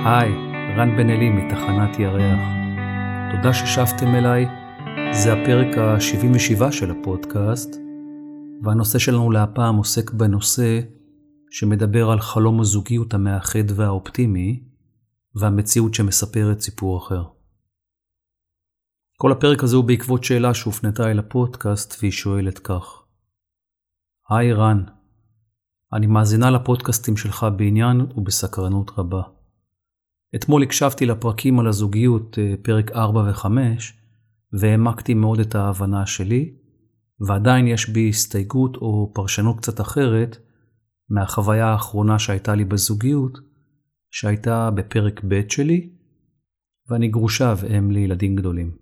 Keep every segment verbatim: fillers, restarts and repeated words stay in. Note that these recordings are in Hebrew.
היי, רן בן אלי מתחנת ירח. תודה ששבתם אליי. זה הפרק ה-שבעים ושבע של הפודקאסט, והנושא שלנו להפעם עוסק בנושא שמדבר על חלום הזוגיות המאחד והאופטימי, והמציאות שמספרת סיפור אחר. כל הפרק הזה הוא בעקבות שאלה שהופנתה אל הפודקאסט, והיא שואלת כך: היי רן, אני מאזינה לפודקאסטים שלך בעניין ובסקרנות רבה. אתמול הקשבתי לפרקים על הזוגיות, פרק ארבע וחמש, והעמקתי מאוד את ההבנה שלי, ועדיין יש בי הסתייגות או פרשנות קצת אחרת מהחוויה האחרונה שהייתה לי בזוגיות, שהייתה בפרק ב' שלי, ואני גרושה ואם לילדים גדולים.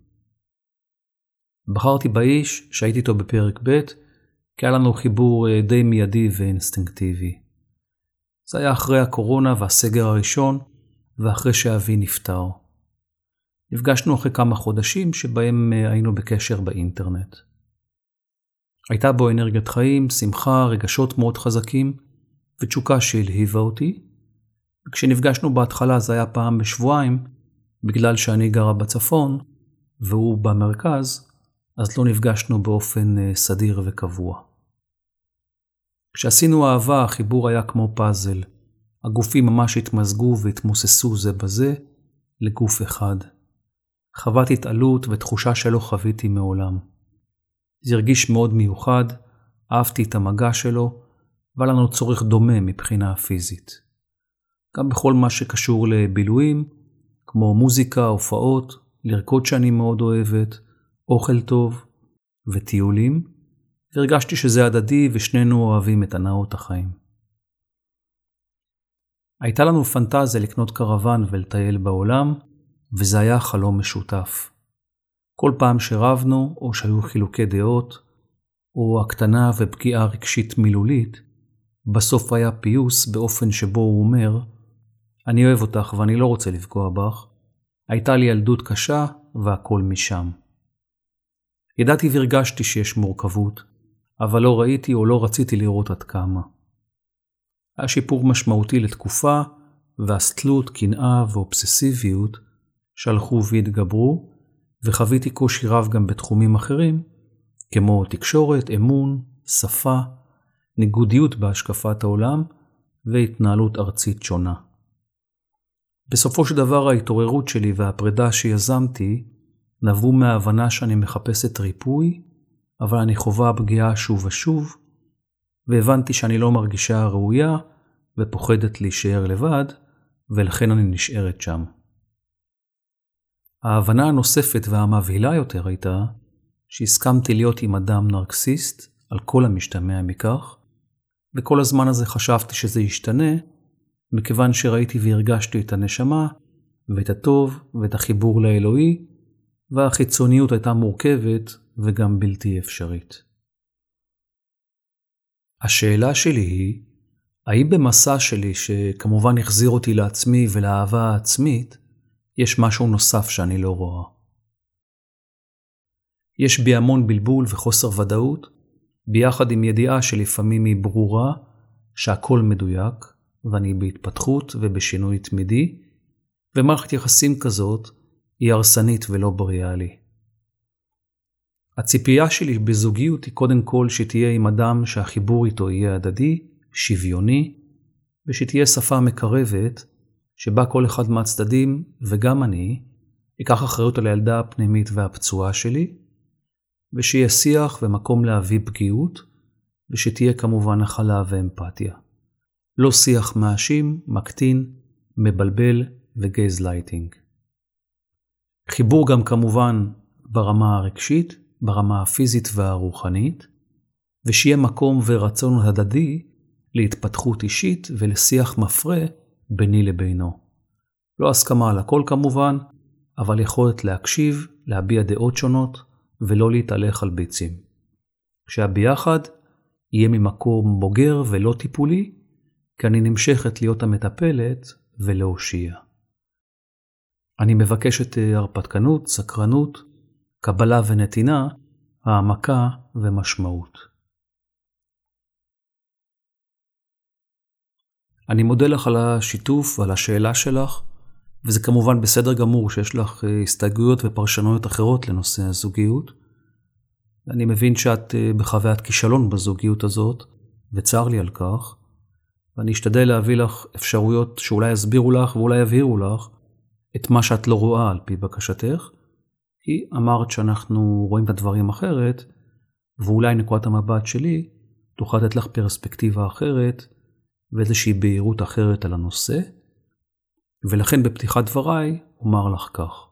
בחרתי באיש שהייתי איתו בפרק ב', כי היה לנו חיבור די מיידי ואינסטינקטיבי. זה היה אחרי הקורונה והסגר הראשון, ואחרי שאבי נפטר. נפגשנו אחרי כמה חודשים שבהם היינו בקשר באינטרנט. הייתה בו אנרגיית חיים, שמחה, רגשות מאוד חזקים, ותשוקה שהלהיבה אותי. וכשנפגשנו בהתחלה זה היה פעם בשבועיים, בגלל שאני גרה בצפון, והוא במרכז, אז לא נפגשנו באופן סדיר וקבוע. כשעשינו אהבה, החיבור היה כמו פאזל. הגופים ממש התמזגו והתמוססו זה בזה לגוף אחד. חוות התעלות ותחושה שלא חוויתי מעולם. זה הרגיש מאוד מיוחד, אהבתי את המגע שלו, והיה לנו צורך דומה מבחינה פיזית. גם בכל מה שקשור לבילויים, כמו מוזיקה, הופעות, לרקוד שאני מאוד אוהבת, אוכל טוב וטיולים, והרגשתי שזה הדדי ושנינו אוהבים את הנאות החיים. הייתה לנו פנטזיה לקנות קרוון ולטייל בעולם, וזה היה חלום משותף. כל פעם שרבנו או שהיו חילוקי דעות, או הקטנה ופגיעה רגשית מילולית, בסוף היה פיוס באופן שבו הוא אומר, אני אוהב אותך ואני לא רוצה לפגוע בך, הייתה לי ילדות קשה והכל משם. ידעתי והרגשתי שיש מורכבות, אבל לא ראיתי או לא רציתי לראות עד כמה. היה שיפור משמעותי לתקופה, והסתלות, קנאה ואובססיביות שהלכו והתגברו, וחוויתי קושי רב גם בתחומים אחרים, כמו תקשורת, אמון, שפה, ניגודיות בהשקפת העולם, והתנהלות ארצית שונה. בסופו של דבר ההתעוררות שלי והפרידה שיזמתי, נבעו מההבנה שאני מחפשת ריפוי, אבל אני חווה פגיעה שוב ושוב, והבנתי שאני לא מרגישה ראויה ופוחדת להישאר לבד, ולכן אני נשארת שם. ההבנה הנוספת והמבהילה יותר הייתה שהסכמתי להיות עם אדם נרקסיסט על כל המשתמע מכך, וכל הזמן הזה חשבתי שזה ישתנה, מכיוון שראיתי והרגשתי את הנשמה, ואת הטוב ואת החיבור לאלוהי, והחיצוניות הייתה מורכבת וגם בלתי אפשרית. השאלה שלי היא, האם במסע שלי שכמובן החזיר אותי לעצמי ולאהבה העצמית, יש משהו נוסף שאני לא רואה? יש בי המון בלבול וחוסר ודאות, ביחד עם ידיעה שלפעמים היא ברורה, שהכל מדויק, ואני בהתפתחות ובשינוי תמידי, ומערכת יחסים כזאת היא הרסנית ולא בריאה לי. הציפייה שלי בזוגיות היא קודם כל שתהיה עם אדם שהחיבור איתו יהיה הדדי, שוויוני, ושתהיה שפה מקרבת, שבה כל אחד מהצדדים, וגם אני, ייקח אחריות על הילדה הפנימית והפצועה שלי, ושיהיה שיח ומקום להביא פגיעות, ושתהיה כמובן הכלה ואמפתיה. לא שיח מאשים, מקטין, מבלבל וגייזלייטינג. חיבור גם כמובן ברמה הרגשית, ברמה הפיזית והרוחנית, ושיהיה מקום ורצון הדדי להתפתחות אישית ולשיח מפרה ביני לבינו. לא הסכמה על הכל כמובן, אבל יכולת להקשיב, להביע דעות שונות ולא להתהלך על ביצים. כשהביחד יהיה ממקום בוגר ולא טיפולי, כי אני נמשכת להיות המטפלת ולהושיע. אני מבקשת הרפתקנות, סקרנות, קבלה ונתינה, העמקה ומשמעות. אני מודה לך על השיתוף ועל השאלה שלך, וזה כמובן בסדר גמור שיש לך הסתייגויות ופרשנויות אחרות לנושא הזוגיות. אני מבין שאת בחוויית כישלון בזוגיות הזאת, וצר לי על כך, ואני אשתדל להביא לך אפשרויות שאולי יסבירו לך ואולי יבהירו לך את מה שאת לא רואה על פי בקשתך, כי אמרת שאנחנו רואים את הדברים אחרת, ואולי נקודת המבט שלי תוכל לתת לך פרספקטיבה אחרת ואיזושהי בהירות אחרת על הנושא, ולכן בפתיחת דבריי אומר לך כך.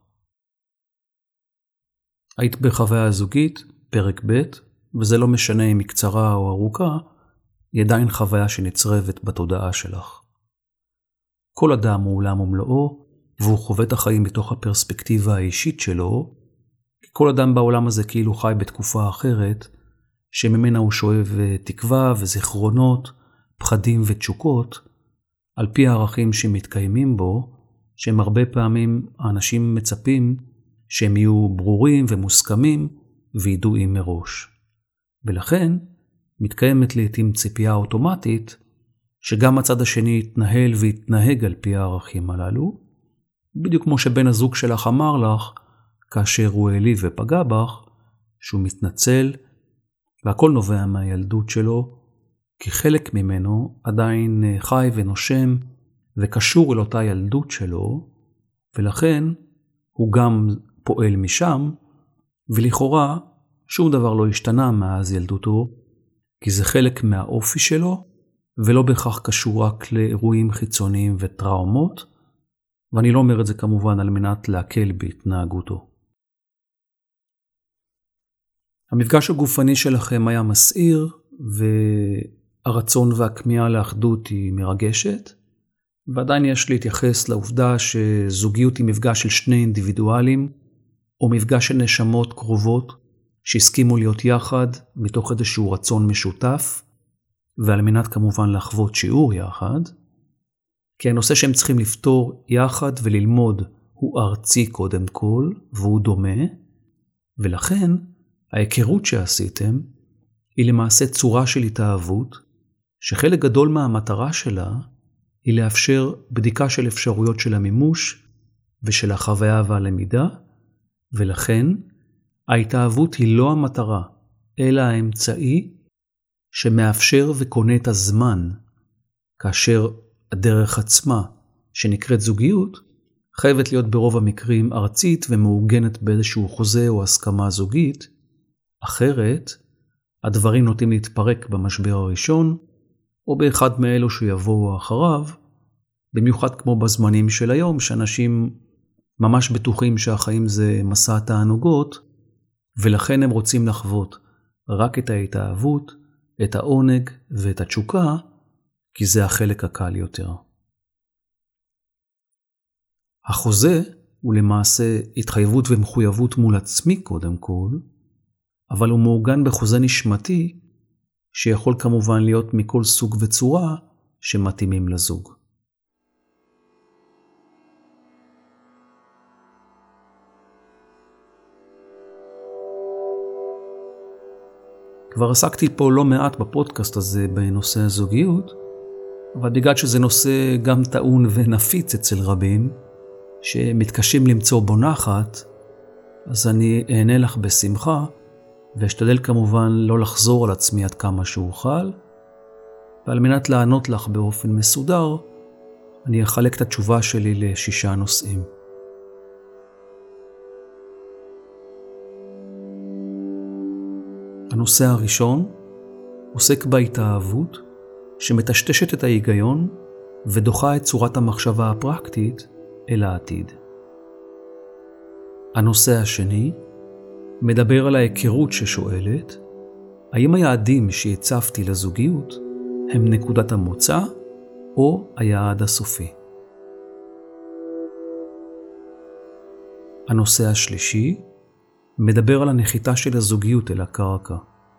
היית בחוויה זוגית, פרק ב', וזה לא משנה אם היא קצרה או ארוכה, היא עדיין חוויה שנצרבת בתודעה שלך. כל אדם הוא עולם ומלואו, והוא חווה את החיים בתוך הפרספקטיבה האישית שלו, כי כל אדם בעולם הזה כאילו חי בתקופה אחרת, שממנה הוא שואב תקווה וזיכרונות, פחדים ותשוקות, על פי הערכים שמתקיימים בו, שהם הרבה פעמים האנשים מצפים שהם יהיו ברורים ומוסכמים וידועים מראש. ולכן מתקיימת לעתים ציפייה אוטומטית, שגם הצד השני יתנהל ויתנהג על פי הערכים הללו, בדיוק כמו שבן הזוג שלך אמר לך, כאשר הוא העליב ופגע בך, שהוא מתנצל, והכל נובע מהילדות שלו, כי חלק ממנו עדיין חי ונושם וקשור אל אותה ילדות שלו, ולכן הוא גם פועל משם, ולכאורה שום דבר לא השתנה מאז ילדותו, כי זה חלק מהאופי שלו, ולא בהכרח קשור רק לאירועים חיצוניים וטראומות, ואני לא אומר את זה כמובן על מנת להקל בהתנהגותו. המפגש הגופני שלכם היה מסעיר, והרצון והכמיהה לאחדות היא מרגשת, ועדיין יש להתייחס לעובדה שזוגיות היא מפגש של שני אינדיבידואלים, או מפגש של נשמות קרובות שהסכימו להיות יחד מתוך איזשהו רצון משותף, ועל מנת כמובן לחוות שיעור יחד, כי הנושא שהם צריכים לפתור יחד וללמוד הוא ארצי קודם כל, והוא דומה, ולכן ההיכרות שעשיתם היא למעשה צורה של התאהבות, שחלק גדול מהמטרה שלה היא לאפשר בדיקה של אפשרויות של המימוש ושל החוויה והלמידה, ולכן ההתאהבות היא לא המטרה, אלא האמצעי שמאפשר וקונה את הזמן, כאשר הדרך עצמה, שנקראת זוגיות, חייבת להיות ברוב המקרים ארצית ומעוגנת באיזשהו חוזה או הסכמה זוגית, אחרת הדברים נוטים להתפרק במשבר הראשון, או באחד מאלו שיבואו אחריו, במיוחד כמו בזמנים של היום, שאנשים ממש בטוחים שהחיים זה מסע תענוגות, ולכן הם רוצים לחוות רק את ההתאהבות, את העונג ואת התשוקה, כי זה החלק הקל יותר. החוזה הוא למעשה התחייבות ומחויבות מול עצמי קודם כל, אבל הוא מעוגן בחוזה נשמתי, שיכול כמובן להיות מכל סוג וצורה שמתאימים לזוג. כבר עסקתי פה לא מעט בפודקאסט הזה בנושא הזוגיות, אבל בגלל שזה נושא גם טעון ונפיץ אצל רבים, שמתקשים למצוא בו נחת, אז אני אענה לך בשמחה, ואשתדל כמובן לא לחזור על עצמי עד כמה שאוכל, ועל מנת לענות לך באופן מסודר, אני אחלק את התשובה שלי לשישה נושאים. הנושא הראשון עוסק בהתאהבות שמטשטשת את ההיגיון ודוחה את צורת המחשבה הפרקטית אל העתיד. הנושא השני מדבר על ההיכרות ששואלת, האם היעדים שהצבתי לזוגיות הם נקודת המוצא או היעד הסופי. הנושא השלישי מדבר על הנחיתה של הזוגיות אל הקרקע.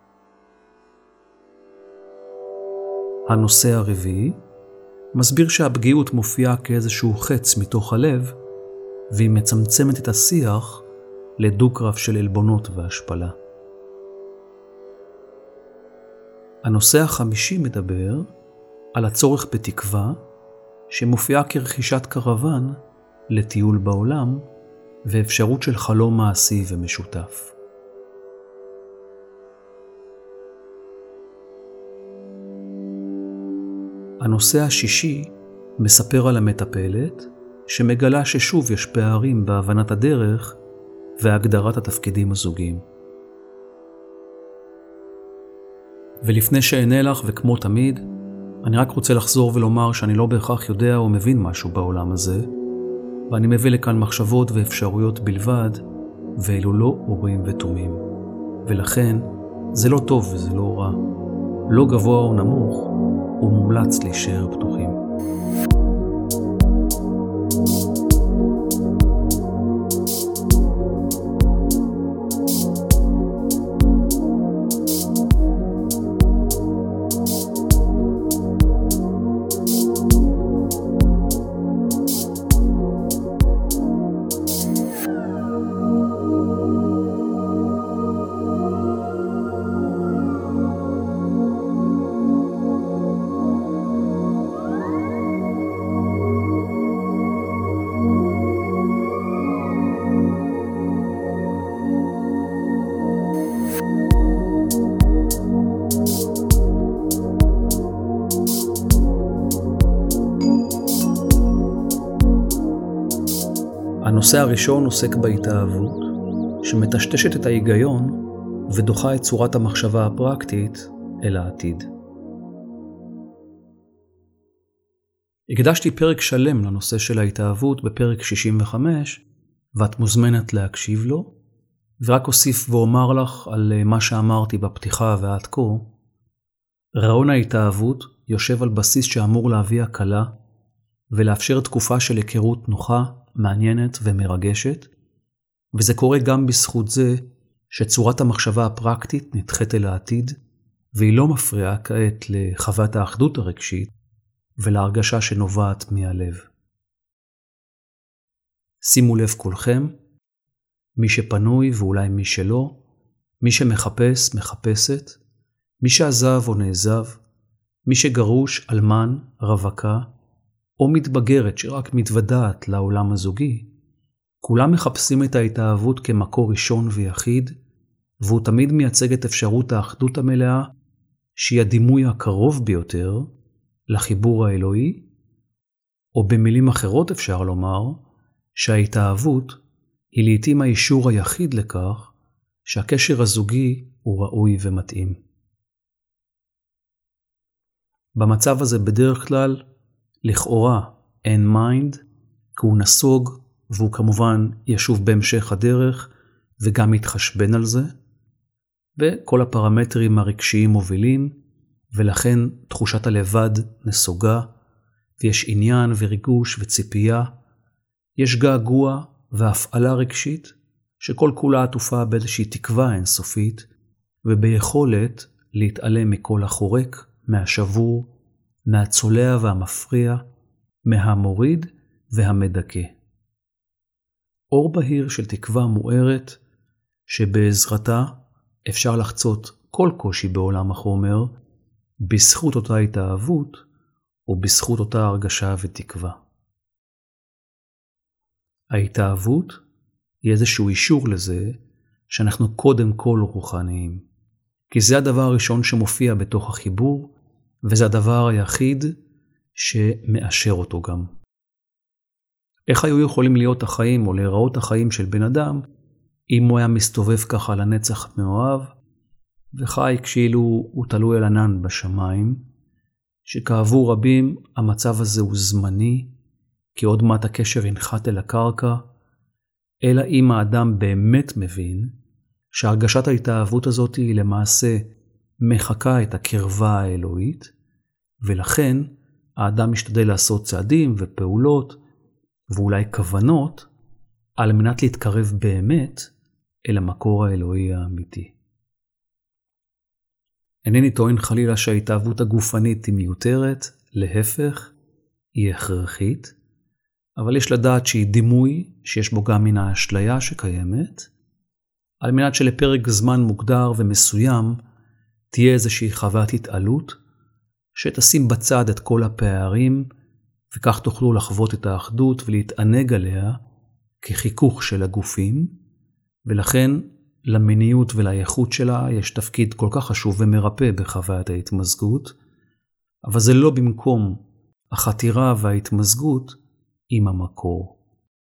הנושא הרביעי מסביר שהפגיעות מופיעה כאיזשהו חץ מתוך הלב, והיא מצמצמת את השיח לדו-קרב של עלבונות והשפלה. הנושא החמישי מדבר על הצורך בתקווה, שמופיעה כרכישת קרוון לטיול בעולם ואפשרות של חלום מעשי ומשותף. הנושא השישי מספר על המטפלת שמגלה ששוב יש פערים בהבנת הדרך והגדרת התפקידים הזוגיים. ולפני שאענה לך, וכמו תמיד, אני רק רוצה לחזור ולומר שאני לא בהכרח יודע או מבין משהו בעולם הזה, ואני מביא לכאן מחשבות ואפשרויות בלבד, ואלו לא אורים ותומים. ולכן זה לא טוב וזה לא רע. לא גבוה או נמוך, הוא מומלץ להישאר פתוחים. הנושא הראשון עוסק בהתאהבות, שמטשטשת את ההיגיון ודוחה את צורת המחשבה הפרקטית אל העתיד. הקדשתי פרק שלם לנושא של ההתאהבות בפרק שישים וחמש, ואת מוזמנת להקשיב לו, ורק אוסיף ואומר לך על מה שאמרתי בפתיחה ועד כה. רעיון ההתאהבות יושב על בסיס שאמור להביא הקלה, ולאפשר תקופה של היכרות נוחה, מעניינת ומרגשת, וזה קורה גם בזכות זה שצורת המחשבה הפרקטית נדחית אל העתיד, והיא לא מפריעה כעת לחוות האחדות הרגשית ולהרגשה שנובעת מהלב. שימו לב כולכם, מי שפנוי ואולי מי שלא, מי שמחפש, מחפשת, מי שעזב או נעזב, מי שגרוש, אלמן, רווקה, או מתבגרת שרק מתוודעת לעולם הזוגי, כולם מחפשים את ההתאהבות כמקור ראשון ויחיד, והוא תמיד מייצג את אפשרות האחדות המלאה, שהיא הדימוי הקרוב ביותר לחיבור האלוהי, או במילים אחרות אפשר לומר, שההתאהבות היא לעתים האישור היחיד לכך שהקשר הזוגי הוא ראוי ומתאים. במצב הזה בדרך כלל, לכאורה אין מיינד, כי הוא נסוג, והוא כמובן ישוב בהמשך הדרך, וגם יתחשבן על זה, וכל הפרמטרים הרגשיים מובילים, ולכן תחושת הלבד נסוגה, ויש עניין וריגוש וציפייה, יש געגוע והפעלה רגשית, שכל כולה עטופה באיזושהי תקווה אינסופית, וביכולת להתעלם מכל החורק, מהשבור, מהצולע והמפריע, מהמוריד והמדכא. אור בהיר של תקווה מוארת, שבעזרתה אפשר לחצות כל קושי בעולם החומר, בזכות אותה התאהבות, או בזכות אותה הרגשה ותקווה. ההתאהבות היא איזשהו אישור לזה, שאנחנו קודם כל רוחניים. כי זה הדבר הראשון שמופיע בתוך החיבור, וזה הדבר היחיד שמאשר אותו גם. איך היו יכולים להיות החיים או להיראות החיים של בן אדם, אם הוא היה מסתובב ככה לנצח מאוהב, וחי כשאילו הוא תלוי על ענן בשמיים, שכעבור רבים המצב הזה הוא זמני, כי עוד מעט הקשר ינחת אל הקרקע, אלא אם האדם באמת מבין שהרגשת ההתאהבות הזאת היא למעשה מחקה את הקרבה האלוהית, ולכן האדם משתדל לעשות צעדים ופעולות ואולי כוונות על מנת להתקרב באמת אל המקור האלוהי האמיתי. אינני טוען חלילה שההתאהבות הגופנית היא מיותרת, להפך, היא הכרחית, אבל יש לדעת שהיא דימוי שיש בו גם מן האשליה שקיימת, על מנת שלפרק זמן מוגדר ומסוים תהיה איזושהי חוות התעלות, שתשים בצד את כל הפערים וכך תוכלו לחוות את האחדות ולהתענג עליה כחיכוך של הגופים, ולכן למיניות ולאיכות שלה יש תפקיד כל כך חשוב ומרפא בחוויית ההתמזגות, אבל זה לא במקום החתירה וההתמזגות עם המקור.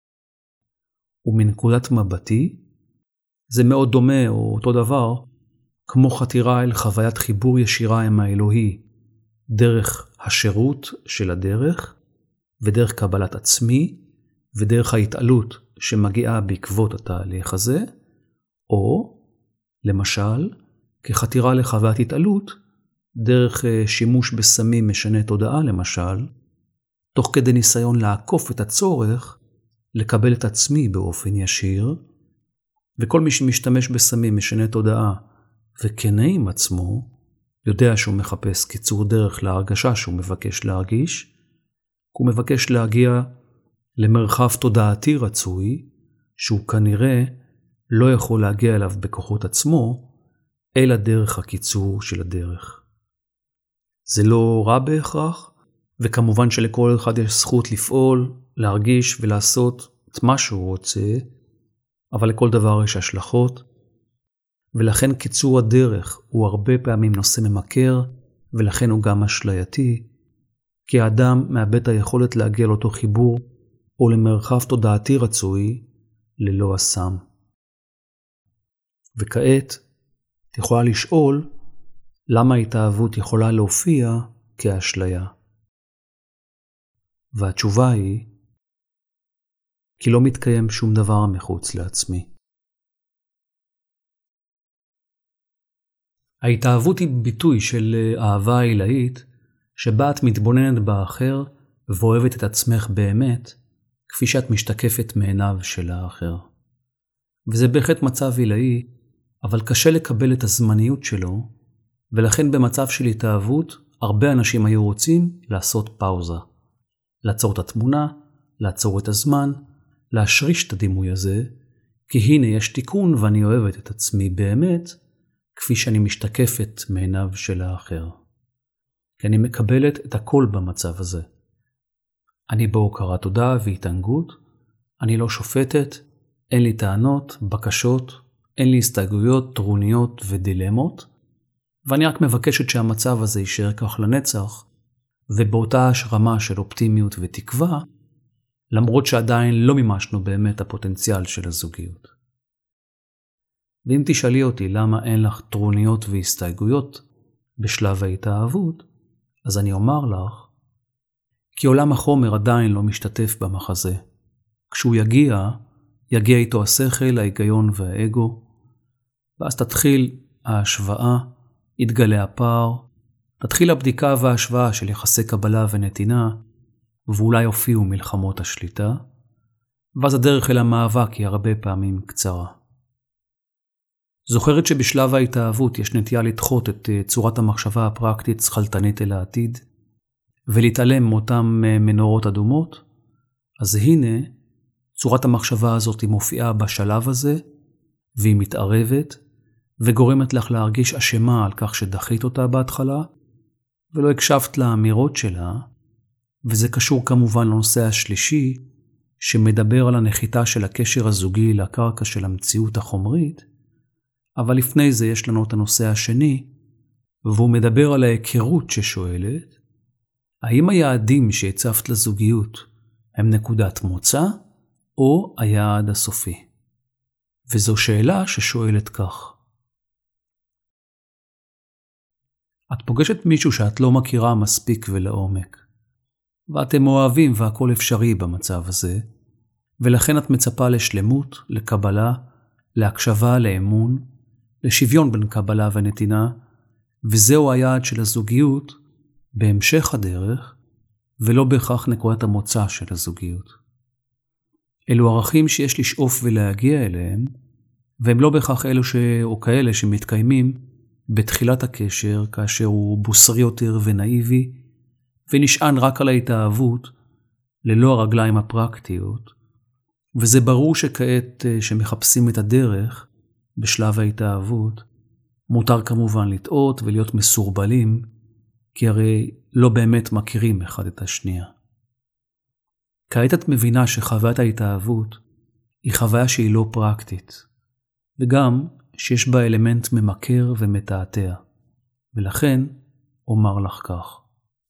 ומנקודת מבטי, זה מאוד דומה או אותו דבר, כמו חתירה אל חוויית חיבור ישירה עם האלוהי, דרך השירות של הדרך, ודרך קבלת עצמי, ודרך ההתעלות שמגיעה בעקבות התהליך הזה, או, למשל, כחתירה לחוויית התעלות, דרך שימוש בסמים משנה תודעה למשל, תוך כדי ניסיון לעקוף את הצורך לקבל את עצמי באופן ישיר, וכל מי שמשתמש בסמים משנה תודעה וכנה עם עצמו, יודע שהוא מחפש קיצור דרך להרגשה שהוא מבקש להרגיש, הוא מבקש להגיע למרחב תודעתי רצוי, שהוא כנראה לא יכול להגיע אליו בכוחות עצמו, אלא דרך הקיצור של הדרך. זה לא רע בהכרח, וכמובן שלכל אחד יש זכות לפעול, להרגיש ולעשות את מה שהוא רוצה, אבל לכל דבר יש השלכות, ולכן קיצור הדרך הוא הרבה פעמים נושא ממכר, ולכן הוא גם אשלייתי, כי האדם מאבד את היכולת להגיע לאותו חיבור, או למרחב תודעתי רצוי, ללא הסם. וכעת, את יכולה לשאול, למה ההתאהבות יכולה להופיע כאשליה? והתשובה היא, כי לא מתקיים שום דבר מחוץ לעצמי. ההתאהבות היא ביטוי של אהבה עילאית, שבה את מתבוננת באחר ואוהבת את עצמך באמת, כפי שאת משתקפת מעיניו של האחר. וזה בהחלט מצב עילאי, אבל קשה לקבל את הזמניות שלו, ולכן במצב של התאהבות, הרבה אנשים היו רוצים לעשות פאוזה. לעצור את התמונה, לעצור את הזמן, להשריש את הדימוי הזה, כי הנה יש תיקון ואני אוהבת את עצמי באמת, כפי שאני משתקפת מעיניו של האחר. כי אני מקבלת את הכל במצב הזה. אני בהוקרת תודה והתענגות, אני לא שופטת, אין לי טענות, בקשות, אין לי הסתייגויות, טרוניות ודילמות, ואני רק מבקשת שהמצב הזה יישאר כך לנצח, ובאותה השרמה של אופטימיות ותקווה, למרות שעדיין לא מימשנו באמת הפוטנציאל של הזוגיות. ואם תשאלי אותי למה אין לך טרוניות והסתייגויות בשלב ההתאהבות, אז אני אומר לך, כי עולם החומר עדיין לא משתתף במחזה. כשהוא יגיע, יגיע איתו השכל, ההיגיון והאגו, ואז תתחיל ההשוואה, יתגלה הפער, תתחיל הבדיקה וההשוואה של יחסי קבלה ונתינה, ואולי הופיעו מלחמות השליטה, ואז הדרך אל המאבק היא הרבה פעמים קצרה. זוכרת שבשלב ההתאהבות יש נטייה לדחות את צורת המחשבה הפרקטית שכלתנית אל העתיד, ולהתעלם מאותן מנורות אדומות? אז הנה, צורת המחשבה הזאת היא מופיעה בשלב הזה, והיא מתערבת, וגורמת לך להרגיש אשמה על כך שדחית אותה בהתחלה, ולא הקשבת לאמירות שלה, וזה קשור כמובן לנושא השלישי, שמדבר על הנחיתה של הקשר הזוגי לקרקע של המציאות החומרית, אבל לפני זה יש לנו את הנושא השני, והוא מדבר על ההיכרות ששואלת, האם היעדים שהצבת לזוגיות הם נקודת מוצא, או היעד הסופי? וזו שאלה ששואלת כך. את פוגשת מישהו שאת לא מכירה מספיק ולעומק, ואתם אוהבים והכל אפשרי במצב הזה, ולכן את מצפה לשלמות, לקבלה, להקשבה, לאמון, לשוויון בין קבלה ונתינה, וזהו היעד של הזוגיות בהמשך הדרך, ולא בהכרח נקודת המוצא של הזוגיות. אלו ערכים שיש לשאוף ולהגיע אליהם, והם לא בהכרח אלו ש... או כאלה שמתקיימים בתחילת הקשר, כאשר הוא בוסרי יותר ונאיבי, ונשען רק על ההתאהבות, ללא הרגליים הפרקטיות, וזה ברור שכעת שמחפשים את הדרך, בשלב ההתאהבות, מותר כמובן לטעות ולהיות מסורבלים, כי הרי לא באמת מכירים אחד את השנייה. כעת את מבינה שחוויית ההתאהבות היא חוויה שהיא לא פרקטית, וגם שיש בה אלמנט ממכר ומתעתע, ולכן אומר לך כך.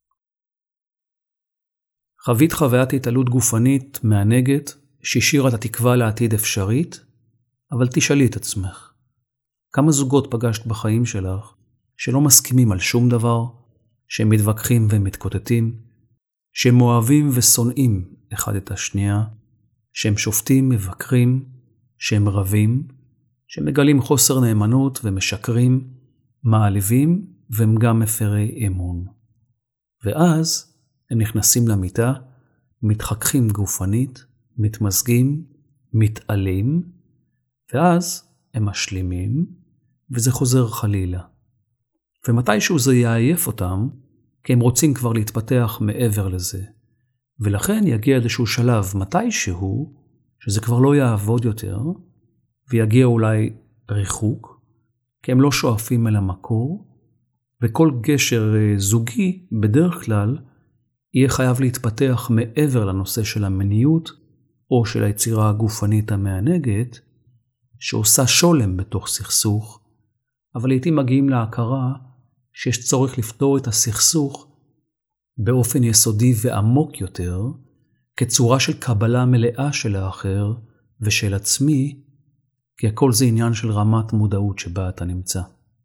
חווית חוויית התעללות גופנית מענגת שהשאירה את התקווה לעתיד אפשרית, אבל תשאלי את עצמך, כמה זוגות פגשת בחיים שלך שלא מסכימים על שום דבר, שהם מתווכחים ומתקוטטים, שהם אוהבים ושונאים אחד את השנייה, שהם שופטים, מבקרים, שהם רבים, שמגלים חוסר נאמנות ומשקרים, מעליבים והם גם מפרי אמון. ואז הם נכנסים למיטה, מתחככים גופנית, מתמזגים, מתעלים, ואז הם משלימים, וזה חוזר חלילה. ומתישהו זה יעייף אותם, כי הם רוצים כבר להתפתח מעבר לזה. ולכן יגיע איזשהו שלב מתישהו, שזה כבר לא יעבוד יותר, ויגיע אולי ריחוק, כי הם לא שואפים אל המקור, וכל גשר זוגי בדרך כלל יהיה חייב להתפתח מעבר לנושא של המיניות, או של היצירה הגופנית המענגת, שעושה שולם בתוך סכסוך, אבל לעתים מגיעים להכרה שיש צורך לפתור את הסכסוך באופן יסודי ועמוק יותר, כצורה של קבלה מלאה של האחר ושל עצמי, כי הכל זה עניין של רמת מודעות שבה אתה נמצא.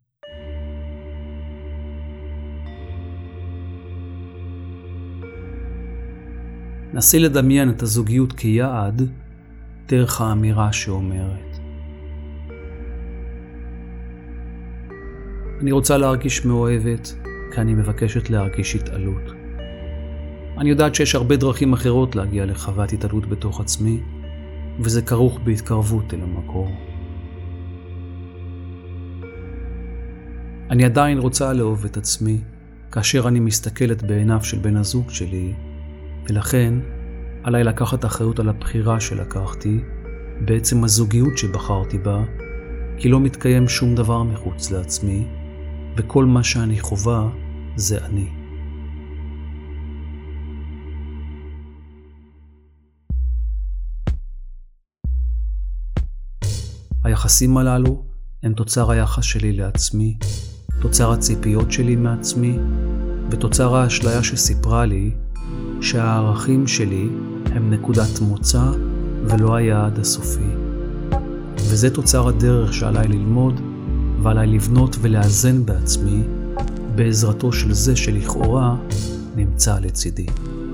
נסי לדמיין את הזוגיות כיעד דרך האמירה שאומרת: אני רוצה להרגיש מאוהבת, כי אני מבקשת להרגיש התעלות. אני יודעת שיש הרבה דרכים אחרות להגיע לחוות התעלות בתוך עצמי, וזה כרוך בהתקרבות אל המקור. אני עדיין רוצה לאהוב את עצמי, כאשר אני מסתכלת בעיניו של בן הזוג שלי, ולכן עליי לקחת אחריות על הבחירה שלקחתי, בעצם הזוגיות שבחרתי בה, כי לא מתקיים שום דבר מחוץ לעצמי, וכל מה שאני חובה זה אני. היחסים הללו הם תוצר היחס שלי לעצמי, תוצר הציפיות שלי מעצמי, ותוצר האשליה שסיפרה לי שהערכים שלי הם נקודת מוצא ולא היעד הסופי. וזה תוצר הדרך שעליי ללמוד ועליי לבנות ולאזן בעצמי בעזרתו של זה שלכאורה נמצא לצידי.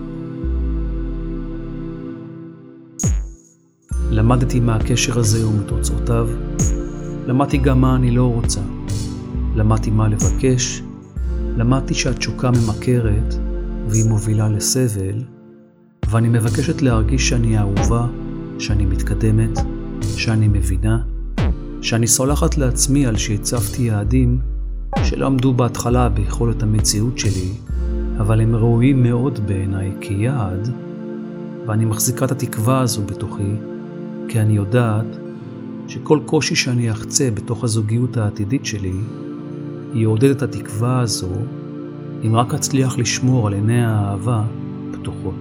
למדתי מהקשר הזה ומתוצאותיו, למדתי גם מה אני לא רוצה, למדתי מה לבקש, למדתי שהתשוקה ממכרת והיא מובילה לסבל, ואני מבקשת להרגיש שאני אהובה, שאני מתקדמת, שאני מבינה, שאני סולחת לעצמי על שהצבתי יעדים שלא עמדו בהתחלה ביכולת המציאות שלי, אבל הם ראויים מאוד בעיניי כיעד, ואני מחזיקה את התקווה הזו בתוכי, כי אני יודעת שכל קושי שאני אחצה בתוך הזוגיות העתידית שלי, יעודד את התקווה הזו, אם רק אצליח לשמור על עיני האהבה פתוחות.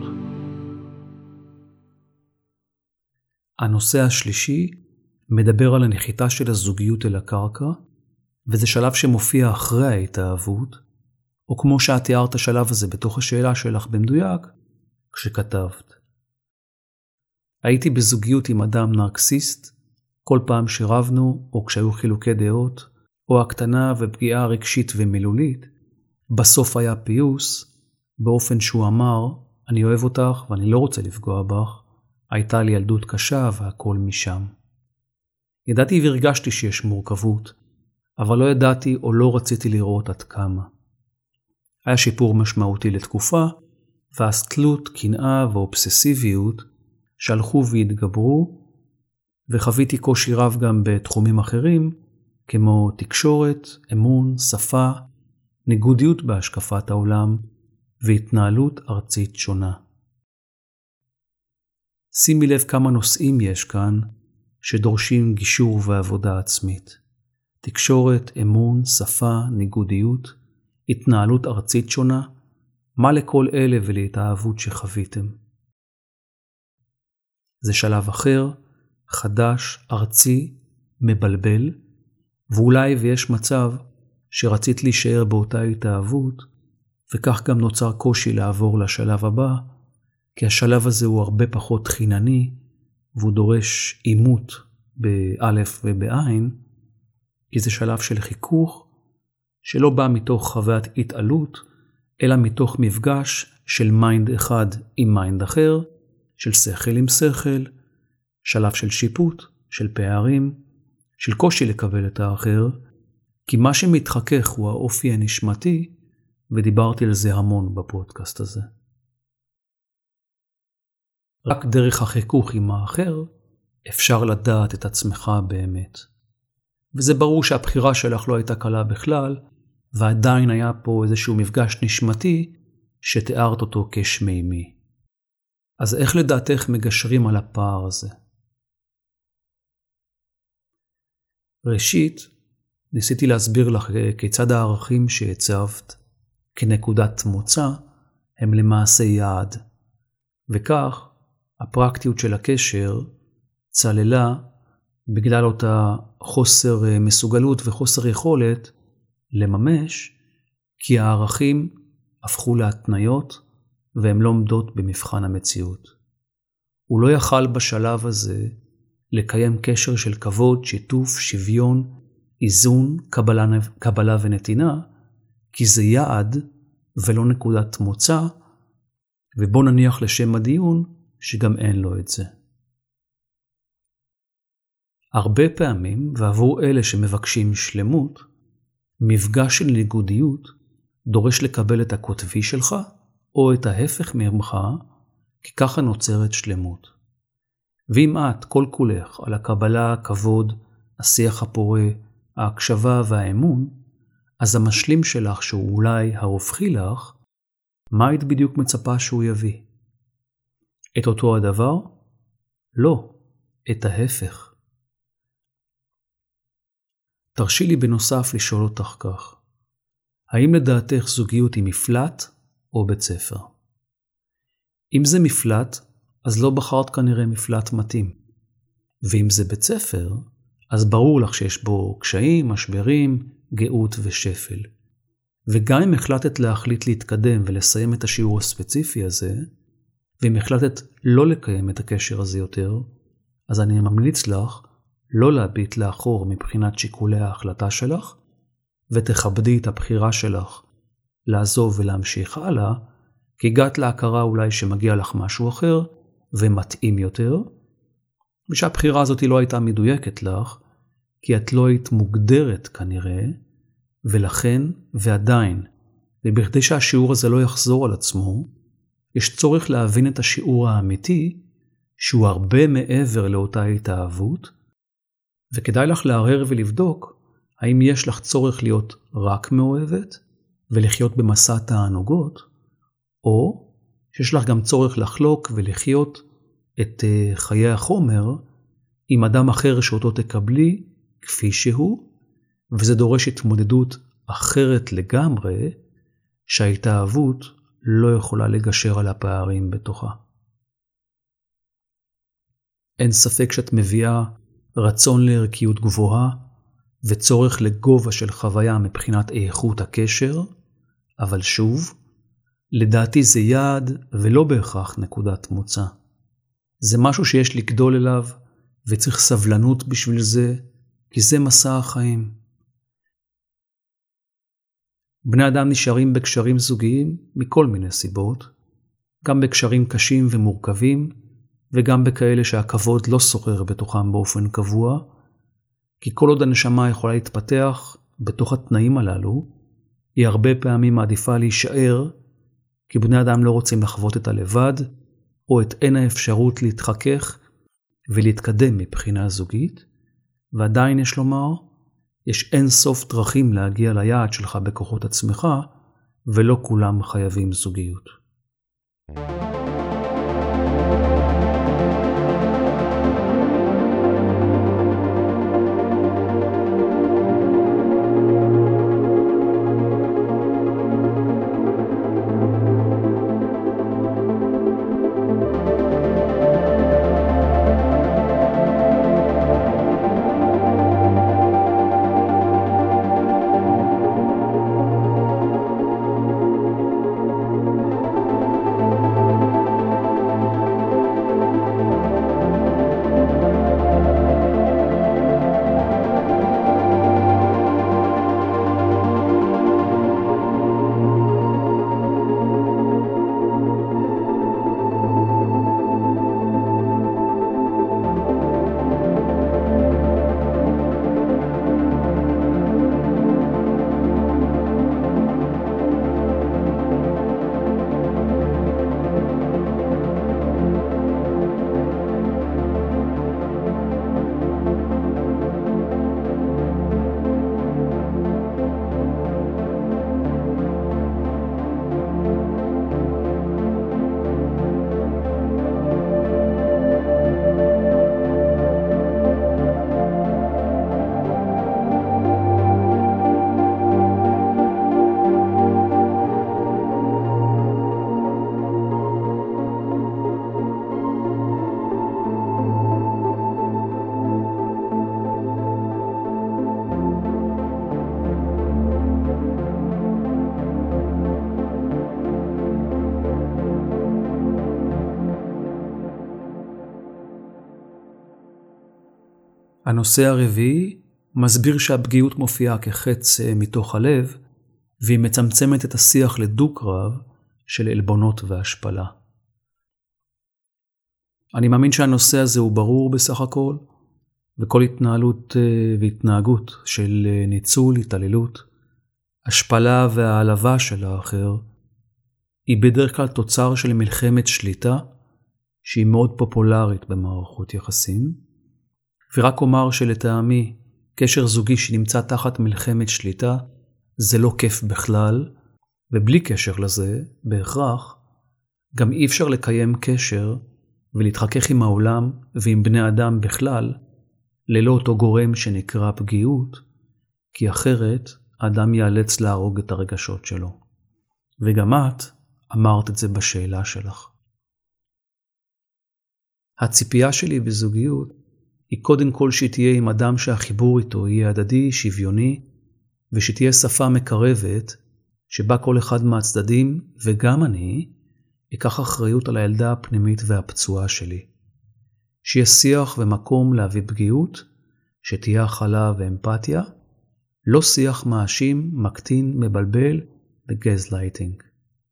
הנושא השלישי מדבר על הנחיתה של הזוגיות אל הקרקע, וזה שלב שמופיע אחרי ההתאהבות, או כמו שאת תיארת השלב הזה בתוך השאלה שלך במדויק, כשכתבת. הייתי בזוגיות עם אדם נרקסיסט, כל פעם שרבנו או כשהיו חילוקי דעות, או הקטנה ופגיעה רגשית ומילולית, בסוף היה פיוס, באופן שהוא אמר, אני אוהב אותך ואני לא רוצה לפגוע בך, הייתה לי ילדות קשה והכל משם. ידעתי והרגשתי שיש מורכבות, אבל לא ידעתי או לא רציתי לראות עד כמה. היה שיפור משמעותי לתקופה, ואז תלות, קנאה ואובססיביות שהלכו והתגברו, וחוויתי קושי רב גם בתחומים אחרים, כמו תקשורת, אמון, שפה, ניגודיות בהשקפת העולם, והתנהלות ארצית שונה. שימי לב כמה נושאים יש כאן שדורשים גישור ועבודה עצמית. תקשורת, אמון, שפה, ניגודיות, התנהלות ארצית שונה, מה לכל אלה ולהתאהבות שחוויתם. זה שלב אחר, חדש, ארצי, מבלבל, ואולי ויש מצב שרצית להישאר באותה התאהבות, וכך גם נוצר קושי לעבור לשלב הבא, כי השלב הזה הוא הרבה פחות חינני, והוא דורש אימות באלף ובעין, כי זה שלב של חיכוך, שלא בא מתוך חוויית התעלות, אלא מתוך מפגש של מיינד אחד עם מיינד אחר, של שכל עם שכל, שלב של שיפוט, של פערים, של קושי לקבל את האחר, כי מה שמתחכך הוא האופי הנשמתי, ודיברתי על זה המון בפודקאסט הזה. רק דרך החיכוך עם האחר אפשר לדעת את עצמך באמת. וזה ברור שהבחירה שלך לא הייתה קלה בכלל, ועדיין היה פה איזשהו מפגש נשמתי שתיארת אותו כשמימי. אז איך לדעתך מגשרים על הפער הזה? ראשית, ניסיתי להסביר לך כיצד הערכים שהצבת כנקודת מוצא הם למעשה יעד, וכך הפרקטיות של הקשר צללה בגלל אותה חוסר מסוגלות וחוסר יכולת לממש, כי הערכים הפכו להתניות והם לא עומדות במבחן המציאות. הוא לא יכל בשלב הזה לקיים קשר של כבוד, שיתוף, שוויון, איזון, קבלה, קבלה ונתינה, כי זה יעד ולא נקודת מוצא, ובוא נניח לשם הדיון שגם אין לו את זה. הרבה פעמים, ועבור אלה שמבקשים שלמות, מפגש של ניגודיות דורש לקבל את הכותבי שלך, או את ההפך ממך, כי ככה נוצרת שלמות. ואם את כל כולך על הקבלה, הכבוד, השיח הפורה, ההקשבה והאמון, אז המשלים שלך שהוא אולי ההופכי לך, מה היית בדיוק מצפה שהוא יביא? את אותו הדבר? לא, את ההפך. תרשי לי בנוסף לשאול אותך כך. האם לדעתך זוגיות היא מפלט או בית ספר? אם זה מפלט, אז לא בחרת כנראה מפלט מתאים. ואם זה בית ספר, אז ברור לך שיש בו קשיים, משברים, גאות ושפל. וגם אם החלטת להחליט להתקדם ולסיים את השיעור הספציפי הזה, ואם החלטת לא לקיים את הקשר הזה יותר, אז אני ממליץ לך לא להביט לאחור מבחינת שיקולי ההחלטה שלך, ותכבדי את הבחירה שלך לעזוב ולהמשיך הלאה, כי הגעת להכרה אולי שמגיע לך משהו אחר ומתאים יותר, ושהבחירה הזאת לא הייתה מדויקת לך, כי את לא היית מוגדרת כנראה, ולכן ועדיין, ובכדי שהשיעור הזה לא יחזור על עצמו, יש צורך להבין את השיעור האמיתי, שהוא הרבה מעבר לאותה התאהבות, וכדאי לך לערער ולבדוק האם יש לך צורך להיות רק מאוהבת ולחיות במסע תענוגות, או שיש לך גם צורך לחלוק ולחיות את חיי החומר עם אדם אחר שאותו תקבלי כפי שהוא, וזה דורש התמודדות אחרת לגמרי, שההתאהבות לא יכולה לגשר על הפערים בתוכה. אין ספק שאת מביאה רצון לערכיות גבוהה וצורך לגובה של חוויה מבחינת איכות הקשר, אבל שוב, לדעתי זה יעד ולא בהכרח נקודת מוצא. זה משהו שיש לגדול אליו וצריך סבלנות בשביל זה, כי זה מסע החיים. בני אדם נשארים בקשרים זוגיים מכל מיני סיבות, גם בקשרים קשים ומורכבים, וגם בכאלה שהכבוד לא שורר בתוכם באופן קבוע, כי כל עוד הנשמה יכולה להתפתח בתוך התנאים הללו, היא הרבה פעמים מעדיפה להישאר, כי בני אדם לא רוצים לחוות את הלבד, או את אין האפשרות להתחכך ולהתקדם מבחינה זוגית, ועדיין יש לומר, יש אין סוף דרכים להגיע ליעד שלך בכוחות עצמך, ולא כולם חייבים זוגיות. הנושא הרביעי מסביר שהפגיעות מופיעה כחץ מתוך הלב, והיא מצמצמת את השיח לדו-קרב של עלבונות והשפלה. אני מאמין שהנושא הזה הוא ברור בסך הכל, וכל התנהלות והתנהגות של ניצול, התעללות, השפלה והעלבה של האחר, היא בדרך כלל תוצר של מלחמת שליטה, שהיא מאוד פופולרית במערכות יחסים, ורק אומר שלטעמי, קשר זוגי שנמצא תחת מלחמת שליטה, זה לא כיף בכלל, ובלי קשר לזה, בהכרח, גם אי אפשר לקיים קשר ולהתחכך עם העולם ועם בני אדם בכלל, ללא אותו גורם שנקרא פגיעות, כי אחרת האדם ייאלץ להרוג את הרגשות שלו. וגם את אמרת את זה בשאלה שלך. הציפייה שלי בזוגיות היא קודם כל שתהיה עם אדם שהחיבור איתו יהיה הדדי, שוויוני, ושתהיה שפה מקרבת, שבה כל אחד מהצדדים, וגם אני, ייקח אחריות על הילדה הפנימית והפצועה שלי. שיהיה שיח ומקום להביא פגיעות, שתהיה הכלה ואמפתיה, לא שיח מאשים, מקטין, מבלבל וגזלייטינג.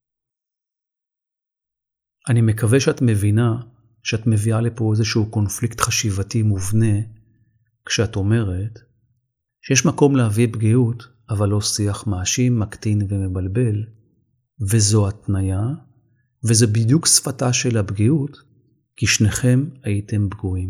אני מקווה שאת מבינה שאת מביאה לפה איזשהו קונפליקט חשיבתי מובנה, כשאת אומרת שיש מקום להביא פגיעות, אבל לא שיח מאשים, מקטין ומבלבל, וזו התניה, וזה בדיוק שפתה של הפגיעות, כי שניכם הייתם פגועים.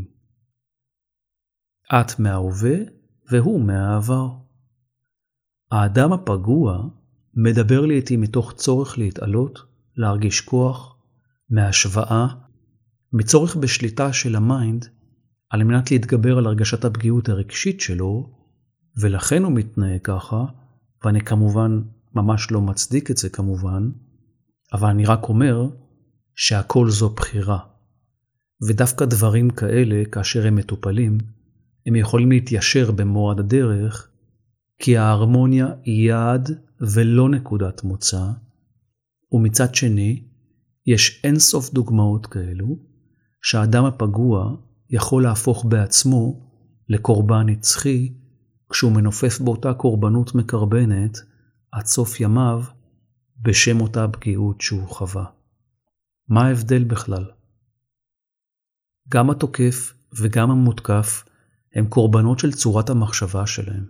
את מההווה והוא מהעבר. האדם הפגוע מדבר לעתים מתוך צורך להתעלות, להרגיש כוח, מהשוואה, מצורך בשליטה של המיינד, על מנת להתגבר על הרגשת הפגיעות הרגשית שלו, ולכן הוא מתנהג ככה, ואני כמובן ממש לא מצדיק את זה כמובן, אבל אני רק אומר שהכל זו בחירה. ודווקא דברים כאלה, כאשר הם מטופלים, הם יכולים להתיישר במורד הדרך, כי ההרמוניה היא יעד ולא נקודת מוצא, ומצד שני, יש אינסוף דוגמאות כאלו, שהאדם הפגוע יכול להפוך בעצמו לקורבן נצחי, כשהוא מנופף באותה קורבנות מקרבנת עד סוף ימיו בשם אותה פגיעות שהוא חווה. מה ההבדל בכלל? גם התוקף וגם המותקף הם קורבנות של צורת המחשבה שלהם.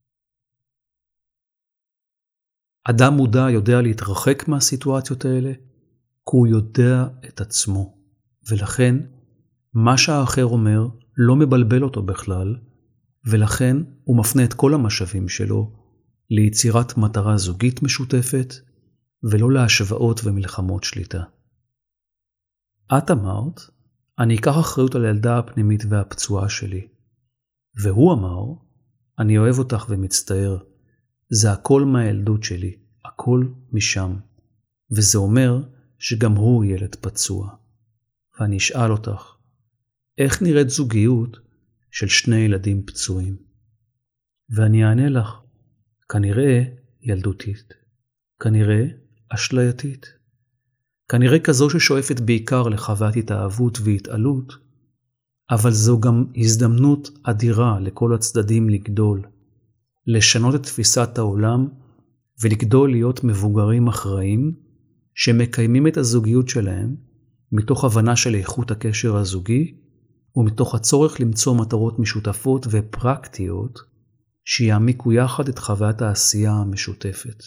אדם מודע יודע להתרחק מהסיטואציות האלה, כי הוא יודע את עצמו, ולכן מה שהאחר אומר לא מבלבל אותו בכלל, ולכן הוא מפנה את כל המשאבים שלו ליצירת מטרה זוגית משותפת, ולא להשוואות ומלחמות שליטה. את אמרת, אני אקח אחריות על הילדה הפנימית והפצועה שלי, והוא אמר, אני אוהב אותך ומצטער, זה הכל מהילדות שלי, הכל משם, וזה אומר שגם הוא ילד פצוע. ואני אשאל אותך, איך נראית זוגיות של שני ילדים פצועים? ואני אענה לך, כנראה ילדותית, כנראה אשלייתית, כנראה כזו ששואפת בעיקר לחוות התאהבות והתעלות, אבל זו גם הזדמנות אדירה לכל הצדדים לגדול, לשנות את תפיסת העולם ולגדול להיות מבוגרים אחראים שמקיימים את הזוגיות שלהם מתוך הבנה של איכות הקשר הזוגי ומתוך הצורך למצוא מטרות משותפות ופרקטיות שיעמיקו יחד את חוויית העשייה המשותפת.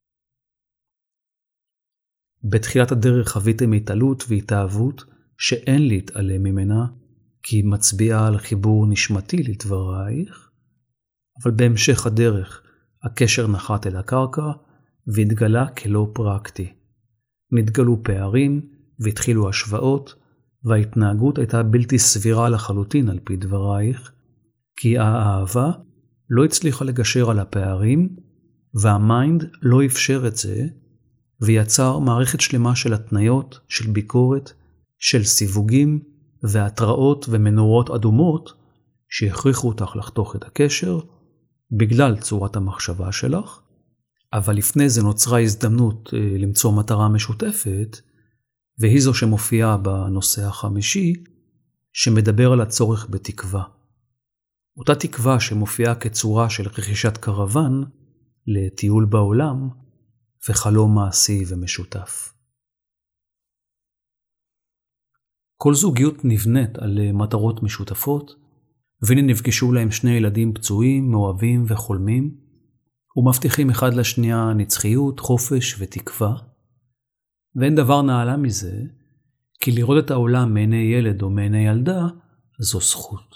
בתחילת הדרך חוויתם התעלות והתאהבות שאין להתעלם ממנה, כי היא מצביעה על חיבור נשמתי לדברייך, אבל בהמשך הדרך הקשר נחת אל הקרקע והתגלה כלא פרקטי. נתגלו פערים והתחילו השוואות, וההתנהגות הייתה בלתי סבירה לחלוטין על פי דברייך, כי האהבה לא הצליחה לגשר על הפערים, והמיינד לא אפשר את זה, ויצר מערכת שלמה של התניות, של ביקורת, של סיווגים והתראות ומנורות אדומות, שהכריחו אותך לחתוך את הקשר, בגלל צורת המחשבה שלך, אבל לפני זה נוצרה הזדמנות למצוא מטרה משותפת, והיא זו שמופיעה בנושא החמישי, שמדבר על הצורך בתקווה. אותה תקווה שמופיעה כצורה של רכישת קרוון לטיול בעולם וחלום מעשי ומשותף. כל זוגיות נבנית על מטרות משותפות, והנה נפגשו להם שני ילדים פצועים, מאוהבים וחולמים, ומבטיחים אחד לשנייה נצחיות, חופש ותקווה. ואין דבר נעלה מזה, כי לראות את העולם מעיני ילד או מעיני ילדה, זו זכות.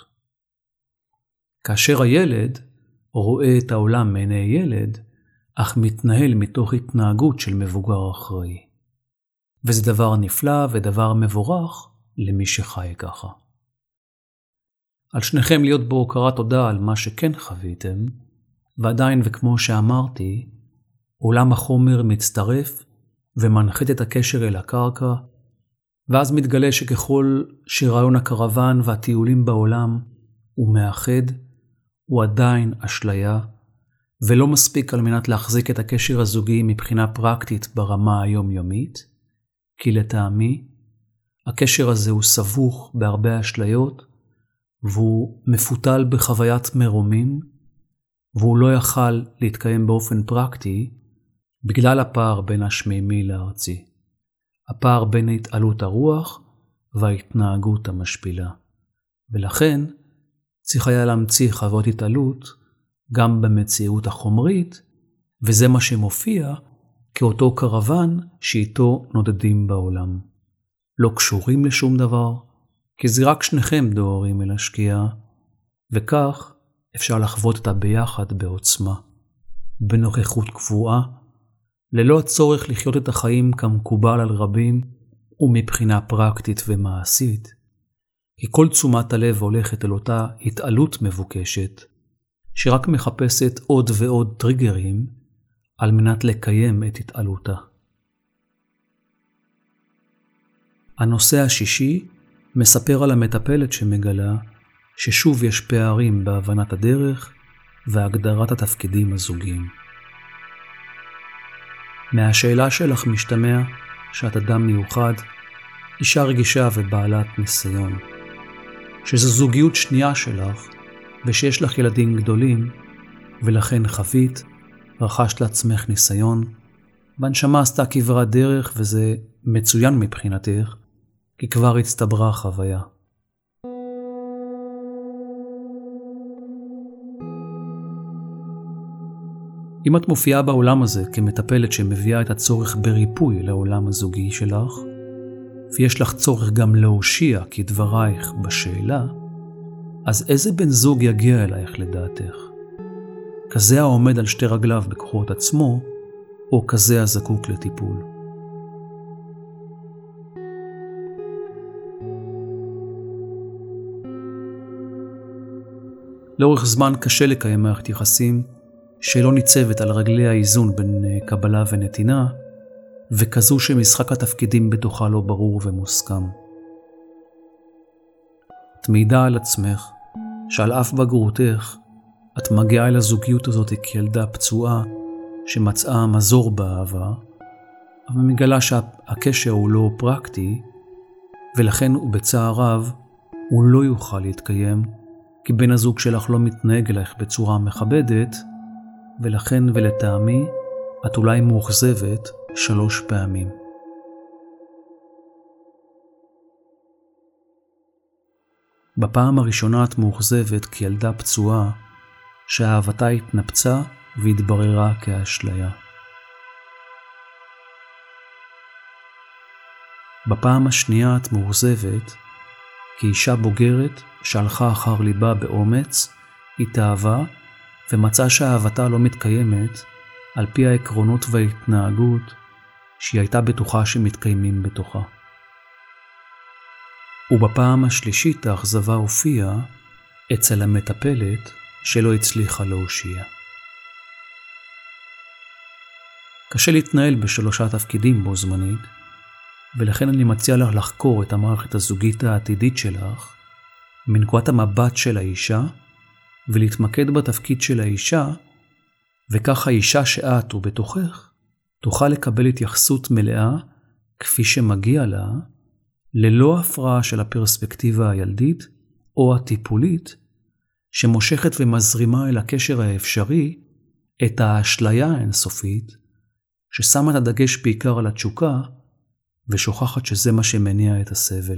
כאשר הילד רואה את העולם מעיני ילד, אך מתנהל מתוך התנהגות של מבוגר אחראי. וזה דבר נפלא ודבר מבורך למי שחי ככה. על שניכם להיות בהוקרת תודה על מה שכן חוויתם, ועדיין וכמו שאמרתי, עולם החומר מצטרף ומנחית את הקשר אל הקרקע, ואז מתגלה שככל שרעיון הקרוון והטיולים בעולם הוא מאחד, הוא עדיין אשליה, ולא מספיק על מנת להחזיק את הקשר הזוגי מבחינה פרקטית ברמה היומיומית, כי לטעמי, הקשר הזה הוא סבוך בהרבה אשליות, והוא מפותל בחוויית מרומים, והוא לא יכל להתקיים באופן פרקטי, בגלל הפער בין השמימי לארצי. הפער בין התעלות הרוח וההתנהגות המשפילה. ולכן צריך היה להמציא חוויות התעלות גם במציאות החומרית, וזה מה שמופיע כאותו קרוון שאיתו נודדים בעולם. לא קשורים לשום דבר, כי זה רק שניכם דוהרים אל השקיעה, וכך אפשר לחוות את הביחד בעוצמה, בנוכחות קבועה, ללא הצורך לחיות את החיים כמקובל על רבים ומבחינה פרקטית ומעשית, כי כל תשומת הלב הולכת אל אותה התעלות מבוקשת, שרק מחפשת עוד ועוד טריגרים על מנת לקיים את התעלותה. הנושא השישי מספר על המטפלת שמגלה ששוב יש פערים בהבנת הדרך והגדרת התפקידים הזוגיים. מהשאלה שלך משתמע שאת אדם מיוחד, אישה רגישה ובעלת ניסיון, שזו זוגיות שנייה שלך ושיש לך ילדים גדולים, ולכן חווית, רכשת לעצמך ניסיון, והנשמה עשתה כברת דרך וזה מצוין מבחינתך, כי כבר הצטברה חוויה. אם את מופיעה בעולם הזה כמטפלת שמביאה את הצורך בריפוי לעולם הזוגי שלך, ויש לך צורך גם להושיע כדברייך בשאלה, אז איזה בן זוג יגיע אלייך לדעתך? כזה העומד על שתי רגליו בכוחות עצמו, או כזה הזקוק לטיפול? לאורך זמן קשה לקיים מערכת יחסים שלא ניצבת על רגלי האיזון בין קבלה ונתינה, וכזו שמשחק התפקידים בתוכה לא ברור ומוסכם. את מעידה על עצמך שעל אף בגרותך את מגיעה אל הזוגיות הזאת כילדה פצועה שמצאה מזור באהבה, אבל מגלה שהקשר הוא לא פרקטי, ולכן ובצער רב הוא לא יוכל להתקיים, כי בן הזוג שלך לא מתנהג אלייך בצורה מכבדת, ולכן ולטעמי את אולי מאוכזבת שלוש פעמים. בפעם הראשונה את מאוכזבת כילדה פצועה שאהבתה התנפצה והתבררה כאשליה. בפעם השנייה את מאוכזבת כאישה בוגרת שהלכה אחר ליבה באומץ, התאהבה ומצאה שאהבתה לא מתקיימת על פי העקרונות וההתנהגות שהיא הייתה בטוחה שמתקיימים בתוכה. ובפעם השלישית האכזבה הופיעה אצל המטפלת שלא הצליחה להושיע. קשה להתנהל בשלושה תפקידים בו זמנית, ולכן אני מציע לך לחקור את המערכת הזוגית העתידית שלך מנקודת המבט של האישה, ולהתמקד בתפקיד של האישה, וכך האישה שאת ובתוכך תוכל לקבל התייחסות מלאה כפי שמגיע לה, ללא הפרעה של הפרספקטיבה הילדית או הטיפולית, שמושכת ומזרימה אל הקשר האפשרי את האשליה האינסופית, ששמה את הדגש בעיקר על התשוקה, ושוכחת שזה מה שמניע את הסבל.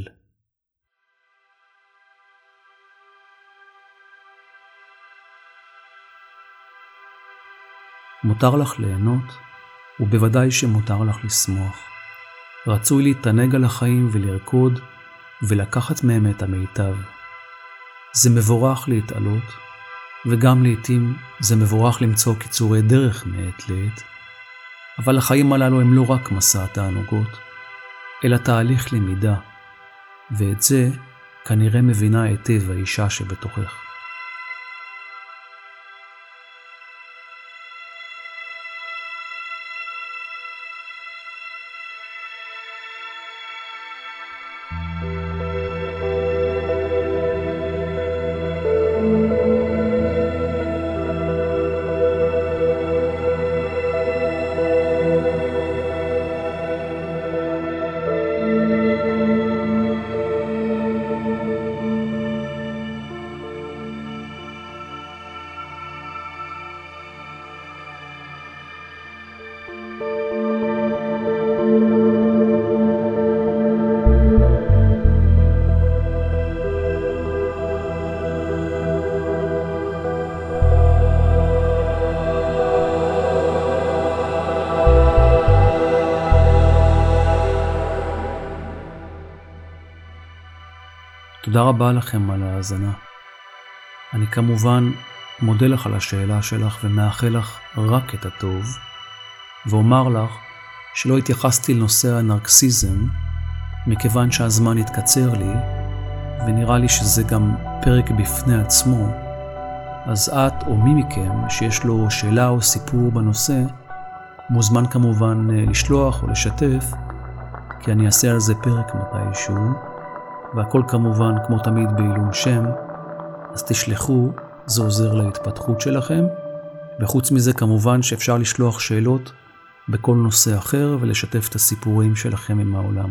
מותר לך ליהנות, ובוודאי שמותר לך לשמוח. רצוי להתענג על החיים ולרקוד, ולקחת מהם את המיטב. זה מבורך להתעלות, וגם לעתים זה מבורך למצוא קיצורי דרך מעת לעת, אבל החיים הללו הם לא רק מסע תענוגות, אלא תהליך למידה, ואת זה כנראה מבינה היטב האישה שבתוכך. תודה רבה לכם על ההאזנה. אני כמובן מודה לך על השאלה שלך ומאחל לך רק את הטוב, ואומר לך שלא התייחסתי לנושא הנרקסיזם, מכיוון שהזמן התקצר לי, ונראה לי שזה גם פרק בפני עצמו, אז את או מי מכם שיש לו שאלה או סיפור בנושא, מוזמן כמובן לשלוח או לשתף, כי אני אעשה על זה פרק מתישהו, והכל כמובן כמו תמיד בעילום שם, אז תשלחו, זה עוזר להתפתחות שלכם, וחוץ מזה כמובן שאפשר לשלוח שאלות בכל נושא אחר ולשתף את הסיפורים שלכם עם העולם.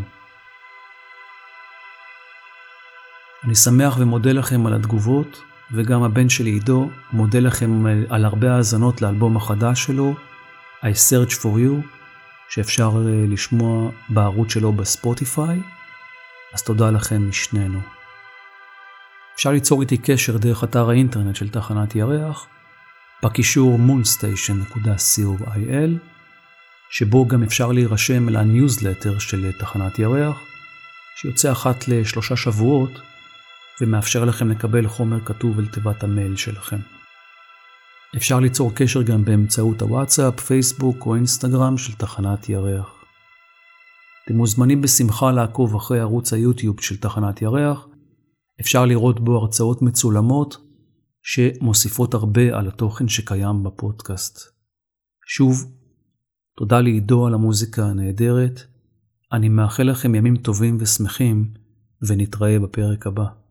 אני שמח ומודה לכם על התגובות, וגם הבן שלי עידו מודה לכם על הרבה האזנות לאלבום החדש שלו, I Search for You, שאפשר לשמוע בערוץ שלו בספוטיפיי, אז תודה לכם משנינו. אפשר ליצור איתי קשר דרך אתר האינטרנט של תחנת ירח, בקישור moonstation נקודה co.il, שבו גם אפשר להירשם אל הניוזלטר של תחנת ירח, שיוצא אחת לשלושה שבועות, ומאפשר לכם לקבל חומר כתוב אל תיבת המייל שלכם. אפשר ליצור קשר גם באמצעות הוואטסאפ, פייסבוק או אינסטגרם של תחנת ירח. אתם מוזמנים בשמחה לעקוב אחרי ערוץ היוטיוב של תחנת ירח, אפשר לראות בו הרצאות מצולמות שמוסיפות הרבה על התוכן שקיים בפודקאסט. שוב, תודה לעידו על המוזיקה הנהדרת, אני מאחל לכם ימים טובים ושמחים ונתראה בפרק הבא.